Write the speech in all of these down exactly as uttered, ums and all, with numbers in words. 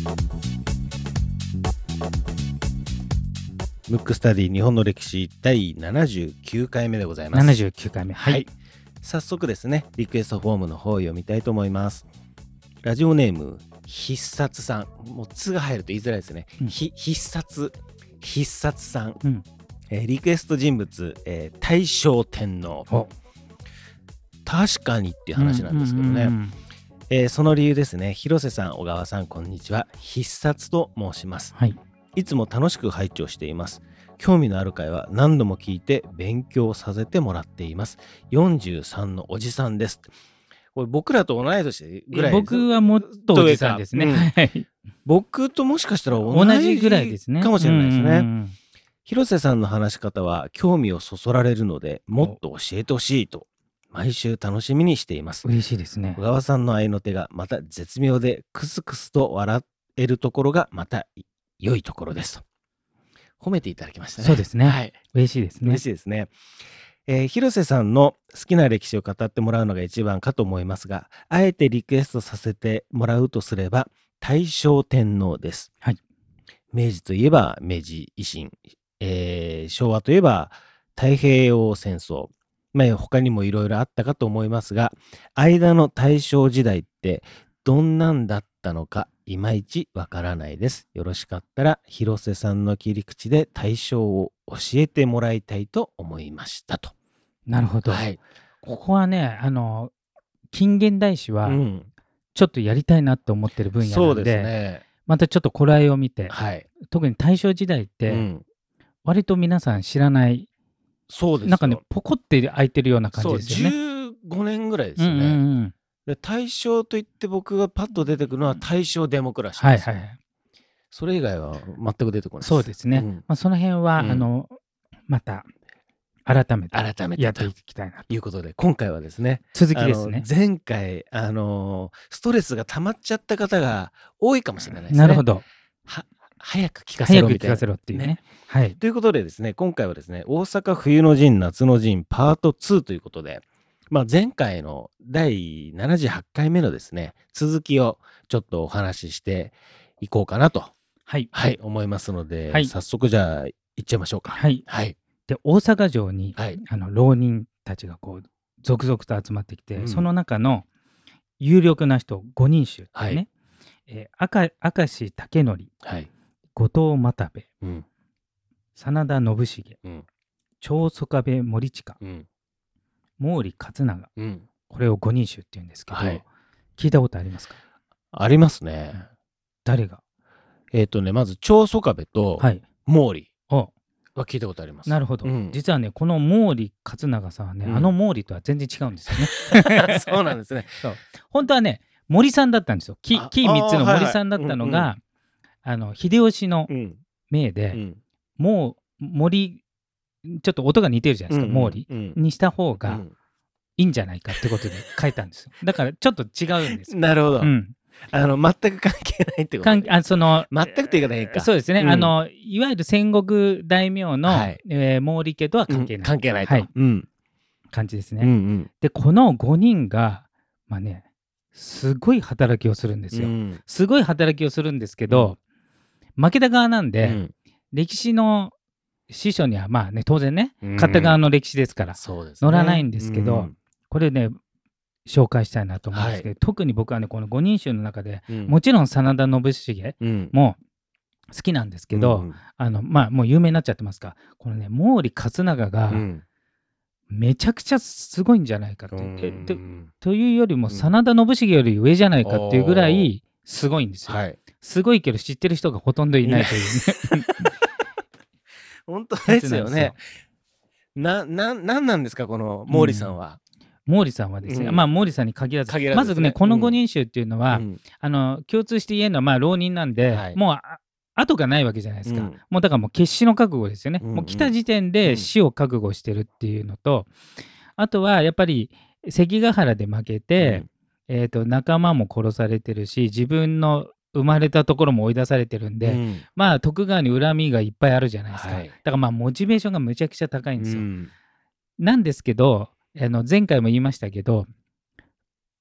ムックスタディ日本の歴史だいななじゅうきゅうかいめでございます。 ななじゅうきゅうかいめ、はい、はい、 早速ですね、リクエストフォームの方を読みたいと思います。ラジオネーム必殺さん、もう「つ」が入ると言いづらいですね、うん、必殺必殺さん、うんえー、リクエスト人物、えー、大正天皇。確かにっていう話なんですけどね、うんうんうんうんえー、その理由ですね。広瀬さん、小川さん、こんにちは。必殺と申します、はい、いつも楽しく拝聴しています。興味のある回は何度も聞いて勉強させてもらっています。よんじゅうさんのおじさんです。これ僕らと同い年ぐらい。 僕はもっとおじさんですね、うん、 僕ともしかしたら同じぐらいですねかもしれないですね、うんうんうん、広瀬さんの話し方は興味をそそられるので、もっと教えてほしいと毎週楽しみにしています。 嬉しいですね。 小川さんの合いの手がまた絶妙で、クスクスと笑えるところがまた良いところですと褒めていただきましたね。 そうですね、はい、嬉しいですね。 嬉しいですね。えー、広瀬さんの好きな歴史を語ってもらうのが一番かと思いますが、あえてリクエストさせてもらうとすれば大正天皇です、はい、明治といえば明治維新、えー、昭和といえば太平洋戦争、まあ、他にもいろいろあったかと思いますが、間の大正時代ってどんなんだったのかいまいちわからないです。よろしかったら広瀬さんの切り口で大正を教えてもらいたいと思いましたと。 なるほど、はい、ここはね、あの近現代史はちょっとやりたいなと思ってる分野なので、うん、そうですね、またちょっと頃合いを見て、はい、特に大正時代って割と皆さん知らない、うん、そうですよ、なんかねポコって開いてるような感じですよね。 そうじゅうごねんぐらいですよね、うんうんうん、で大正といって僕がパッと出てくるのは大正デモクラシーです、はいはい、それ以外は全く出てこないです。 そうですね、うんまあ、その辺は、うん、あのまた改めて改めてやっていきたいなということで、今回はですね、 続きですね。 前回あのストレスが溜まっちゃった方が多いかもしれないですね。 なるほど。 は早く聞かせろみたいな。 早く聞かせろっていうね。ねはい。 ということでですね、今回はですね、大阪冬の陣夏の陣パートツーということで、まあ、前回のだいななじゅうはちかいめのですね、続きをちょっとお話ししていこうかなと、はい、はい、思いますので、はい、早速じゃあいっちゃいましょうか。 はい。はいで大阪城に、はい、あの浪人たちがこう続々と集まってきて、うん、その中の有力な人ごにん衆ですね、はいえー、明石武則、はい、後藤又兵衛、うん、真田信繁、うん、長宗我部盛親、うん、毛利勝長、うん、これをごにん衆っていうんですけど、はい、聞いたことありますか？ ありますね、うん、 誰が？ えっ、ー、とねまず長宗我部と毛利、はいは聞いたことあります。 なるほど、うん、実はねこの毛利勝長さんはね、うん、あの毛利とは全然違うんですよね。 そうなんですね。 そう本当はね森さんだったんですよ。木みっつの森さんだったのが、はいはいあの秀吉の命で、うん、もう森ちょっと音が似てるじゃないですか、うんうん、毛利、うん、にした方がいいんじゃないかってことで書いたんですよ。だからちょっと違うんですよ。 なるほど、うんあの全く関係ないってことであその全くって言い方いいか。 そうですね、うん、あのいわゆる戦国大名の、はいえー、毛利家とは関係ない、うん、 関係ないと、 はいうん、感じですね、うんうん、でこのごにんがまあねすごい働きをするんですよ、うん、すごい働きをするんですけど、うん、負けた側なんで、うん、歴史の史書にはまあね当然ね、うん、勝った側の歴史ですから、そうですね、載らないんですけど、うん、これね紹介したいなと思うんですけど、はい、特に僕はねこのごにん衆の中で、うん、もちろん真田信繁も好きなんですけど、うん、あのまあもう有名になっちゃってますが、このね毛利勝長がめちゃくちゃすごいんじゃないかっていう、うん、えと、というよりも真田信繁より上じゃないかっていうぐらいすごいんですよ、はい、すごいけど知ってる人がほとんどいないというね本当ですよね。な、な、なんなんですかこの毛利さんは。 うん、毛利さんはですね、うん、まあ毛利さんに限らず、限らずですね、まずねこのごにん衆っていうのは、うん、あの共通して言えるのはまあ浪人なんで、はい、もう後がないわけじゃないですか、うん、もうだからもう決死の覚悟ですよね、うんうん、もう来た時点で死を覚悟してるっていうのと、うん、あとはやっぱり関ヶ原で負けて、うんえー、と仲間も殺されてるし自分の生まれたところも追い出されてるんで、うん、まあ徳川に恨みがいっぱいあるじゃないですか、はい、だからまあモチベーションがむちゃくちゃ高いんですよ、うん、なんですけどあの前回も言いましたけど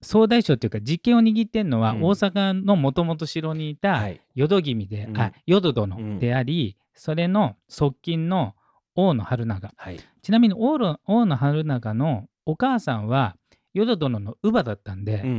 総大将というか実権を握ってるのは、うん、大阪のもともと城にいた淀君で、はい、あ淀殿であり、うん、それの側近の大野春長、はい、ちなみに大野、大野春長のお母さんは淀殿の乳母だったんで、うんうん、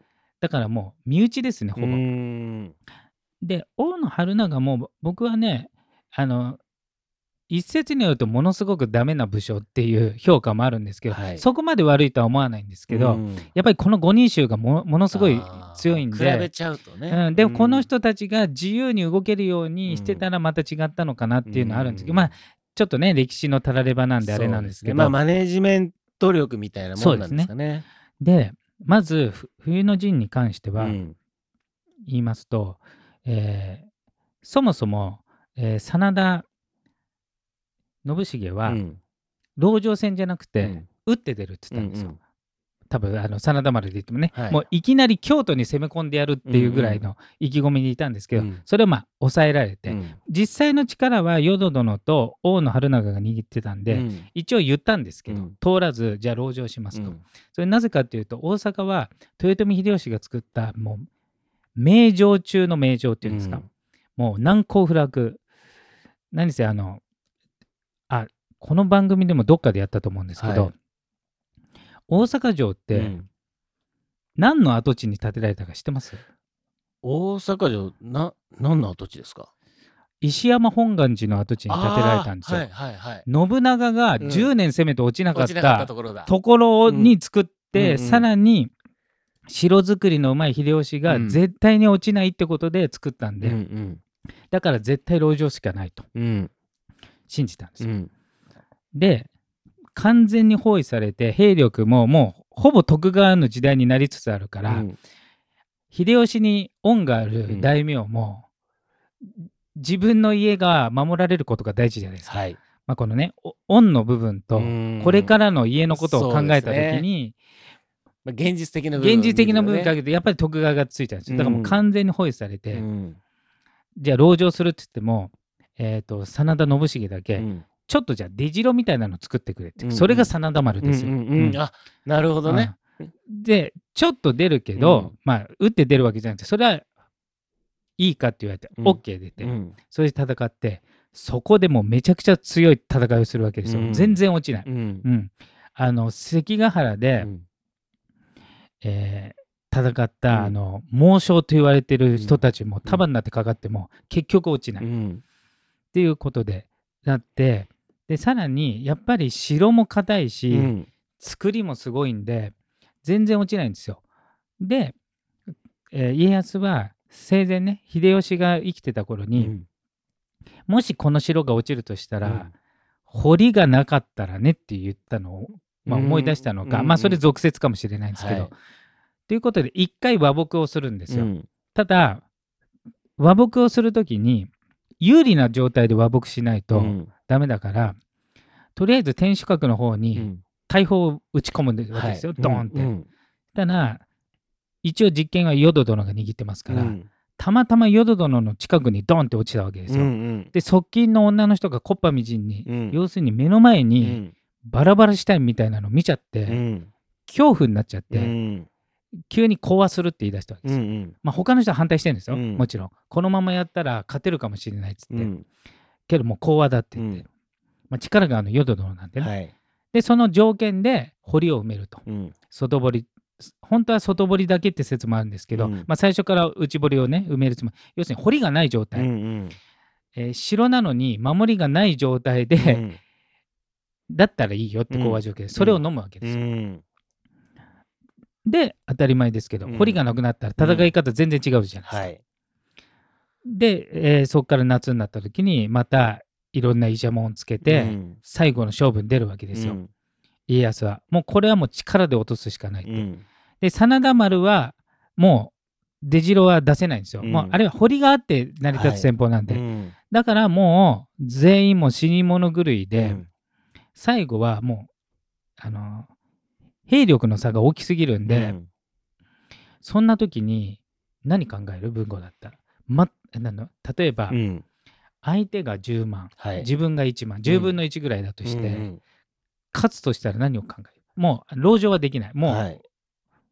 だからもう身内ですね、ほぼ。で大野春長も僕はね、あの一説によるとものすごくダメな武将っていう評価もあるんですけど、はい、そこまで悪いとは思わないんですけど、やっぱりこのごにん衆が も, ものすごい強いんで、 比べちゃうとね、 うん、でもこの人たちが自由に動けるようにしてたらまた違ったのかなっていうのはあるんですけど、まあちょっとね歴史のたらればなんであれなんですけど、 ね、まあマネージメント力みたいなもんなんですかね。 でまず冬の陣に関しては、うん、言いますと、えー、そもそも、えー、真田信繁は、うん、籠城戦じゃなくて、うん、打って出るって言ったんですよ。うんうん、多分あの真田丸で言ってもね、はい、もういきなり京都に攻め込んでやるっていうぐらいの意気込みにいたんですけど、うんうん、それをまあ抑えられて、うん、実際の力は淀殿と大野春長が握ってたんで、うん、一応言ったんですけど、うん、通らずじゃあ籠城しますと、うん、それなぜかというと大阪は豊臣秀吉が作ったもう名城中の名城っていうんですか、うん、もう難攻不落、何せあのあこの番組でもどっかでやったと思うんですけど、はい、大阪城って、うん、何の跡地に建てられたか知ってます？ 大阪城な何の跡地ですか？ 石山本願寺の跡地に建てられたんですよ。はいはいはい、信長がじゅうねん攻めて落ちなかった、うん、ところだところに作って、うん、さらに城造りのうまい秀吉が絶対に落ちないってことで作ったんで、うんうん、だから絶対籠城しかないと、うん、信じたんですよ。うん、で完全に包囲されて兵力ももうほぼ徳川の時代になりつつあるから、うん、秀吉に恩がある大名も、うん、自分の家が守られることが大事じゃないですか。はい、まあ、このね恩の部分とこれからの家のことを考えた時に、 まあ、現実的な部分、ね、 現実的な部分かけてやっぱり徳川がついたんですよ。だからもう完全に包囲されて、うん、じゃあ籠城するって言っても、えーと、真田信繁だけ、うん、ちょっとじゃあ出城みたいなの作ってくれって、うんうん、それが真田丸ですよ。うんうんうん、 あ、なるほどね。 うん、でちょっと出るけど、うん、まあ打って出るわけじゃなくて、それはいいかって言われて、うん、OK 出て、うん、それで戦って、そこでもうめちゃくちゃ強い戦いをするわけですよ。うん、全然落ちない。うんうん、あの関ヶ原で、うんえー、戦った、うん、あの猛将と言われてる人たちも束になってかかっても結局落ちない、うん、っていうことでなって、でさらにやっぱり城も硬いし、うん、作りもすごいんで全然落ちないんですよ。で、えー、家康は生前ね秀吉が生きてた頃に、うん、もしこの城が落ちるとしたら、うん、堀がなかったらねって言ったのを、まあ、思い出したのか、うん、まあそれ俗説かもしれないんですけど、はい、ということで一回和睦をするんですよ。うん、ただ和睦をするときに有利な状態で和睦しないとダメだから、うん、とりあえず天守閣の方に大砲を撃ち込むわけですよ、はい、ドーンって、うんうん、ただ一応実権は淀殿が握ってますから、うん、たまたま淀殿の近くにドーンって落ちたわけですよ、うんうん、で側近の女の人が木っ端みじんに、うん、要するに目の前にバラバラしたいみたいなのを見ちゃって、うん、恐怖になっちゃって、うん、急に講和するって言い出したわけですよ、うんうん、まあ他の人は反対してるんですよ、うん、もちろんこのままやったら勝てるかもしれないっつって、うん、けどもう講和だって言って、うん、まあ、力があるの淀殿なんでね、はい、でその条件で堀を埋めると、うん、外堀、本当は外堀だけって説もあるんですけど、うん、まあ、最初から内堀をね埋めるつもり、要するに堀がない状態、うんうんえー、城なのに守りがない状態で、うん、だったらいいよって講和条件で、うん、それを飲むわけですよ、うん、で当たり前ですけど、うん、堀がなくなったら戦い方全然違うじゃないですか、うんはい、で、えー、そこから夏になった時にまたいろんなイチャモンをつけて、うん、最後の勝負に出るわけですよ、うん、家康はもうこれはもう力で落とすしかないと、うん、で真田丸はもう出城は出せないんですよ、うん、もうあれは堀があって成り立つ戦法なんで、はいうん、だからもう全員も死に物狂いで、うん、最後はもうあの兵力の差が大きすぎるんで、うん、そんな時に何考える文豪だったら、ま、なの例えば、うん、相手がじゅうまん、はい、自分がいちまん、じゅうぶんのいちぐらいだとして、うん、勝つとしたら何を考える？もう籠城はできない、もう、はい、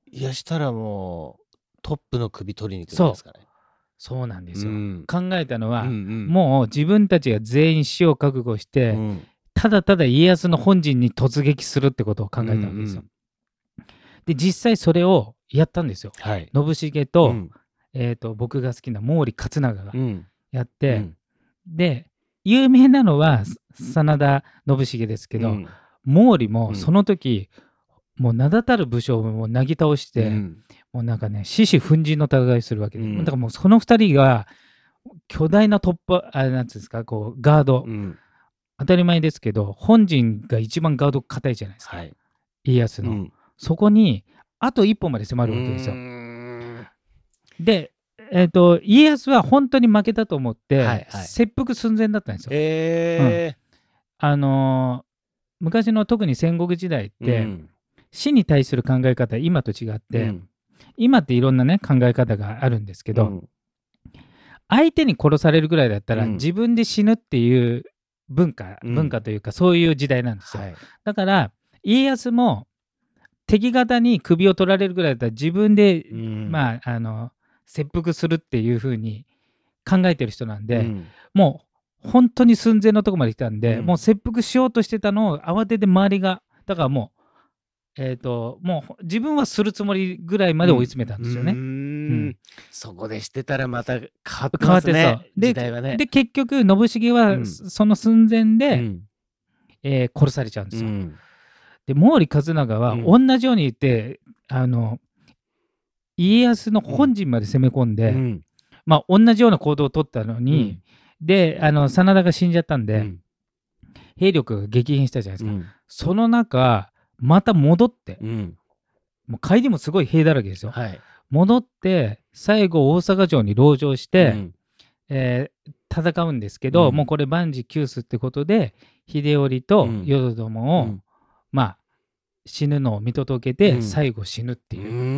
いやしたらもうトップの首取りに行くんですかね。 そうなんですよ、 うん、 考えたのは、 うんうん、 もう自分たちが全員死を覚悟して、うん、ただただ家康の本陣に突撃するってことを考えたわけですよ、うんうん、で実際それをやったんですよ、はい、信繁と、うん、えーと、僕が好きな毛利勝長がやって、うん、で有名なのは真田信繁ですけど、うん、毛利もその時、うん、もう名だたる武将をなぎ倒して、うん、もうなんかね獅子奮迅の戦いするわけで、うん、だからもうそのふたりが巨大な突破あれなんていうんですかこうガード、うん、当たり前ですけど本陣が一番ガード硬いじゃないですか、はい、家康の、うん、そこにあと一歩まで迫るわけですよ。で、えーと、家康は本当に負けたと思って、はいはい、切腹寸前だったんですよ。えーうん、あのー、昔の特に戦国時代って、うん、死に対する考え方今と違って、うん、今っていろんなね考え方があるんですけど、うん、相手に殺されるぐらいだったら、うん、自分で死ぬっていう文化、うん、文化というかそういう時代なんですよ、はい、だから家康も敵方に首を取られるぐらいだったら自分で、うん、まああの切腹するっていう風に考えてる人なんで、うん、もう本当に寸前のとこまで来たんで、うん、もう切腹しようとしてたのを慌てて周りがだからもうえーと、もう自分はするつもりぐらいまで追い詰めたんですよね。うんうん、そこでしてたらまた変わってますね、変わってそうで時代はね。 で結局信繁はその寸前で、うんえー、殺されちゃうんですよ。うん、で毛利勝長は同じように言って、うん、あの家康の本陣まで攻め込んで、うん、まあ同じような行動を取ったのに、うん、であの真田が死んじゃったんで、うん、兵力が激変したじゃないですか。うん、その中また戻って、うん、もう帰りもすごい兵だらけですよ、はい、戻って最後大阪城に籠城して、うんえー、戦うんですけど、うん、もうこれ万事休すってことで秀頼と淀殿を、うん、まあ死ぬのを見届けて最後死ぬっていう、うん、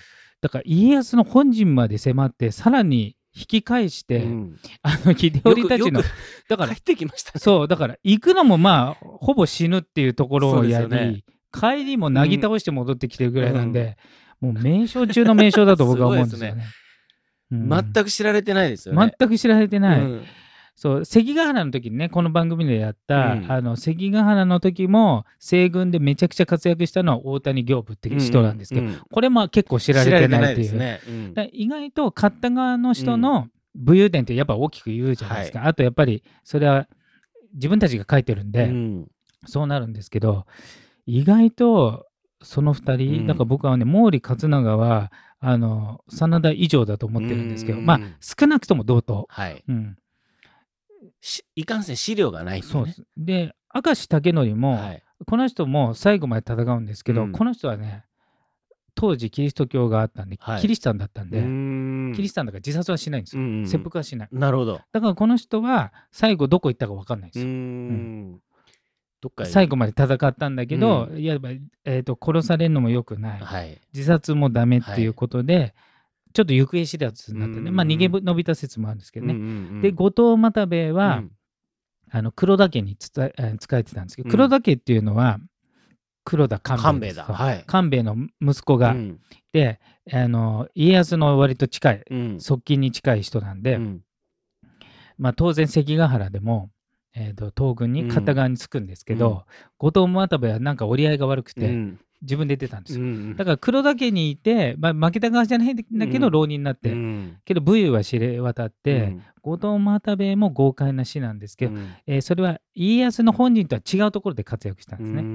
だから家康の本陣まで迫ってさらに引き返して、うん、あの秀頼たちのだから帰ってきました、ね、 そうだから行くのもまあほぼ死ぬっていうところをやり、ね、帰りもなぎ倒して戻ってきてるぐらいなんで、うん、もう名将中の名将だと僕は思うんですよね。 うん、全く知られてないですよね。 全く知られてない、うん、そう関ヶ原の時にねこの番組でやった、うん、あの関ヶ原の時も西軍でめちゃくちゃ活躍したのは大谷行部っていう人なんですけど、うんうん、これも結構知られてないっていう、ねうん、意外と勝った側の人の武勇伝ってやっぱ大きく言うじゃないですか、はい、あとやっぱりそれは自分たちが書いてるんで、うん、そうなるんですけど意外とそのふたり、うん、だから僕はね毛利勝長はあの真田以上だと思ってるんですけど、まあ少なくとも同等、はいうん、 いかんせん資料がないんで、ね、そうですで明石武則も、はい、この人も最後まで戦うんですけど、うん、この人はね当時キリスト教があったんで、はい、キリシタンだったんでんキリシタンだから自殺はしないんですよ、うんうん、切腹はしない。 なるほど。 だからこの人は最後どこ行ったか分かんないんですよ。うんうんどっか最後まで戦ったんだけど、うん、いわば、えーと、殺されるのもよくない、はい、自殺もダメっていうことで、はい、ちょっと行方知らずになってね、まあ、逃げ延びた説もあるんですけどね、うんうんうん、で後藤又兵衛は、うん、あの黒田家に仕えてたんですけど、うん、黒田家っていうのは黒田官兵衛だ、はい、官兵衛の息子が、うん、であの家康の割と近い、うん、側近に近い人なんで、うんまあ、当然関ヶ原でもえー、と東軍に片側につくんですけど、うん、後藤又兵衛はなんか折り合いが悪くて、うん、自分で出たんですよ、うん、だから黒田家にいて、まあ、負けた側じゃないんだけど、うん、浪人になって、うん、けど武勇は知れ渡って、うん、後藤又兵衛も豪快な死なんですけど、うんえー、それは家康の本人とは違うところで活躍したんですね。うん、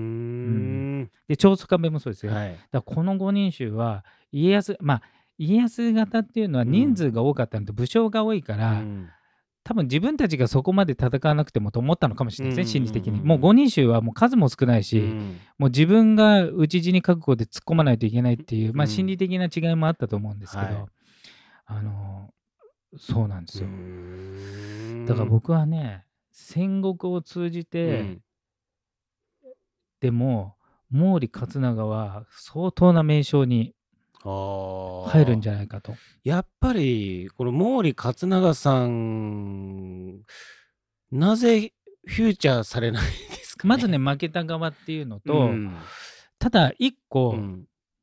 で長宗我部もそうですよ、はい、だからこのごにん衆は家康まあ家康型っていうのは人数が多かったのと武将が多いから、うん多分自分たちがそこまで戦わなくてもと思ったのかもしれないですね、心理的に。もうごにん衆はもう数も少ないし、うん、もう自分が討ち死に覚悟で突っ込まないといけないっていう、まあ、心理的な違いもあったと思うんですけど、はい、あのそうなんですよ。だから僕はね、戦国を通じて、うん、でも毛利勝長は相当な名将に入るんじゃないかと。 やっぱりこの毛利勝長さんなぜフューチャーされないですかね。 まずね負けた側っていうのと、うん、ただ一個、うん、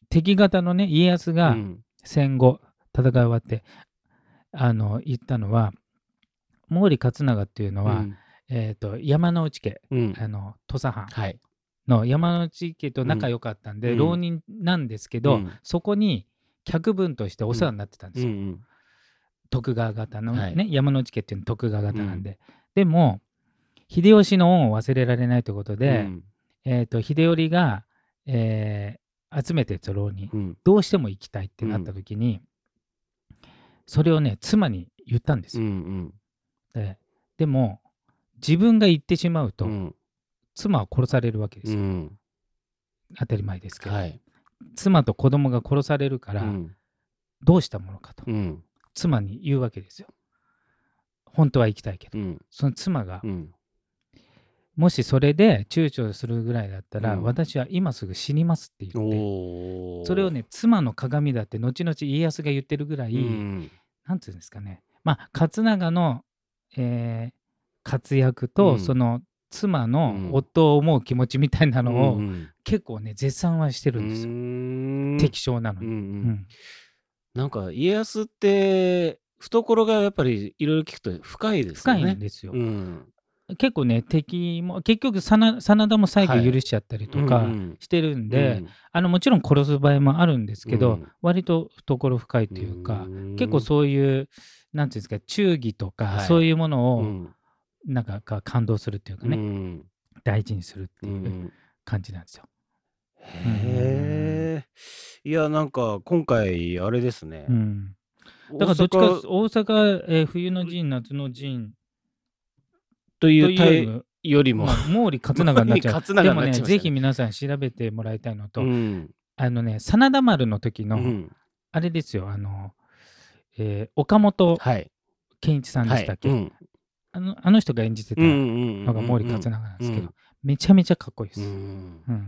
敵方のね家康が戦後戦い終わってあの言ったのは、毛利勝長っていうのは、うん、えー、と山内家、うん、あの土佐藩の山内家と仲良かったんで、うん、浪人なんですけど、うん、そこに客分としてお世話になってたんですよ、うんうん、徳川方のね、はい、山内家っていうのは徳川方なんで、うん、でも秀吉の恩を忘れられないということで、うん、えー、と秀頼が、えー、集めてた浪人、うん、どうしても行きたいってなった時に、うん、それをね妻に言ったんですよ、うんうん、で, でも自分が行ってしまうと、うん、妻は殺されるわけですよ、うん、当たり前ですけど、はい、妻と子供が殺されるから、うん、どうしたものかと、うん、妻に言うわけですよ。本当は行きたいけど、うん、その妻が、うん、もしそれで躊躇するぐらいだったら、うん、私は今すぐ死にますって言って、それをね妻の鏡だって後々家康が言ってるぐらい、うん、なんていうんですかね、まあ勝長の、えー、活躍と、うん、その妻の夫を思う気持ちみたいなのを、うん、結構ね絶賛はしてるんですよ、うん、敵将なのに、うんうんうん、 なんか家康って懐がやっぱりいろいろ聞くと深いですよね。 深いんですよ、うん、結構ね敵も結局真田も最後許しちゃったりとかしてるんで、はいうんうん、あのもちろん殺す場合もあるんですけど、うん、割と懐深いというか、うん、結構そういうなんていうんですか忠義とか、はい、そういうものを、うん、なんか感動するっていうかね、うん、大事にするっていう感じなんですよ。 へえ、いやなんか今回あれですね、うん、 だからどっちか大阪、えー、冬の陣夏の陣というよりもよりも毛利勝長になっちゃうでもねぜひ皆さん調べてもらいたいのと、うん、あのね真田丸の時の、うん、あれですよあの、えー、岡本健一さんでしたっけ、はいはいうん、あの、あの人が演じてたのが毛利勝長なんですけど、めちゃめちゃかっこいいです、うんうん、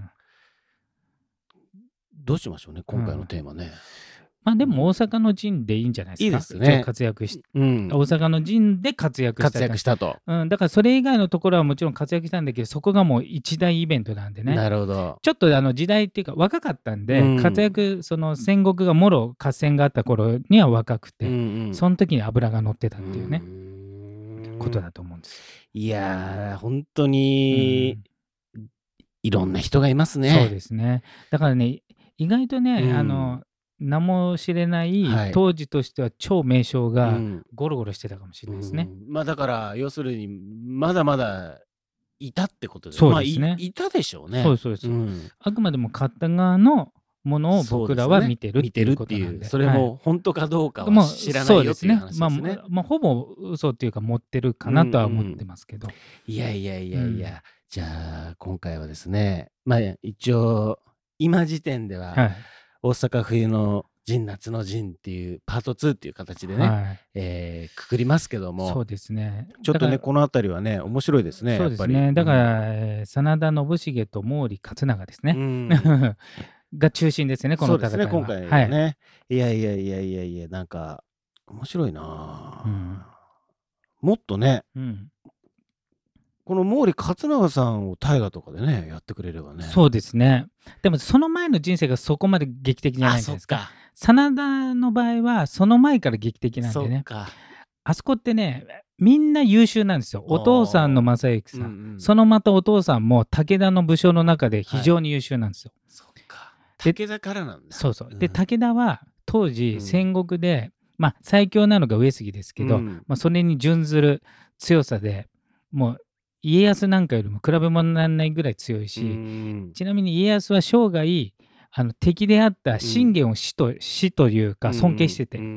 どうしましょうね今回のテーマね、うん、 まあでも大阪の陣でいいんじゃないですか。いいですね。 活躍し、うん、大阪の陣で活躍した。 活躍したと、 うん。だからそれ以外のところはもちろん活躍したんだけど、そこがもう一大イベントなんでね。 なるほど。 ちょっとあの時代っていうか若かったんで、うん、活躍、その戦国がもろ合戦があった頃には若くて、うんうん、その時に脂が乗ってたっていうね、うんことだと思うんです。 いやー、本当に、うん、いろんな人がいますね。 そうですね。だからね、意外とね、うん、あの、名も知れない、はい、当時としては超名将がゴロゴロしてたかもしれないですね。 うんうん、まあだから要するにまだまだいたってことで、 そうですね。 まあ、い, いたでしょうね。 そうそうです、うん。あくまでも勝った側のものを僕らは見てるっていうことなんで、 それも本当かどうかは知らないよっていう話ですね。 まあ、まあ、ほぼ嘘っていうか持ってるかなとは思ってますけど。うんうん、いやいやいやいや、うん、じゃあ今回はですね、まあ一応今時点では、はい、大阪冬の陣夏の陣っていうパートツーっていう形でね、はい、えー、くくりますけども、 そうですね、 ちょっとねこの辺りはね面白いですね。 そうですね、やっぱりだから、うんえー、真田信繁と毛利勝長ですね、うん、が中心ですねこの戦いは。そうですね今回はね、はい、いやいやいやいやいやなんか面白いな、うん、もっとね、うんこの毛利勝長さんを大河とかでねやってくれればね。 そうですね。でもその前の人生がそこまで劇的じゃないじゃないですか。真田の場合はその前から劇的なんでね。あそこってねみんな優秀なんですよ。お父さんの正行さん、うんうん、そのまたお父さんも武田の武将の中で非常に優秀なんですよ。はい、 そっか。武田からなんだ。 そうそう。で、うん、武田は当時戦国で、うん、まあ最強なのが上杉ですけど、うん、まあ、それに準ずる強さでもう家康なんかよりも比べ物にならないぐらい強いし、ちなみに家康は生涯あの敵であった信玄を死と、うん、死というか尊敬してて、うんうん、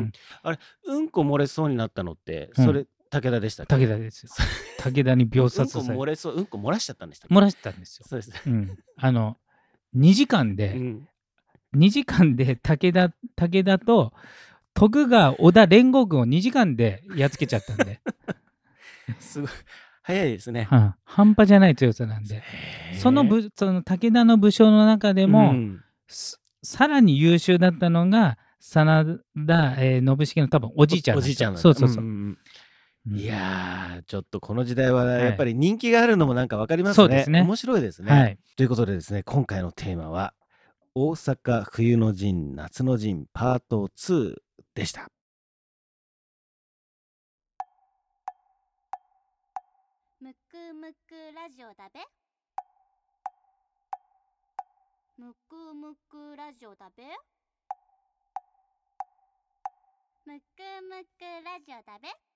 あれうんこ漏れそうになったのってそれ、うん、武田でしたっけ？ 武田ですよ。武田に秒殺されてうんこ漏れそううんこ漏らしちゃったんでしたっけ？ 漏らしたんですよ。 そうです、 うん、あのにじかんで、うん、にじかんで武田武田と徳川織田連合軍をにじかんでやっつけちゃったんで。 すごい。早いですね、 はあ、半端じゃない強さなんで、そのぶその武田の武将の中でも、うん、さらに優秀だったのが真田、えー、信繁の多分おじいちゃんおじいちゃんそうそうそう、 うんうん、いやーちょっとこの時代はやっぱり人気があるのもなんか分かりますね、はい、そうですね面白いですね、はい、ということでですね今回のテーマは大阪冬の陣夏の陣パートツーでした。 むくむくラジオだべ。むくむくラジオだべ。むくむくラジオだべ。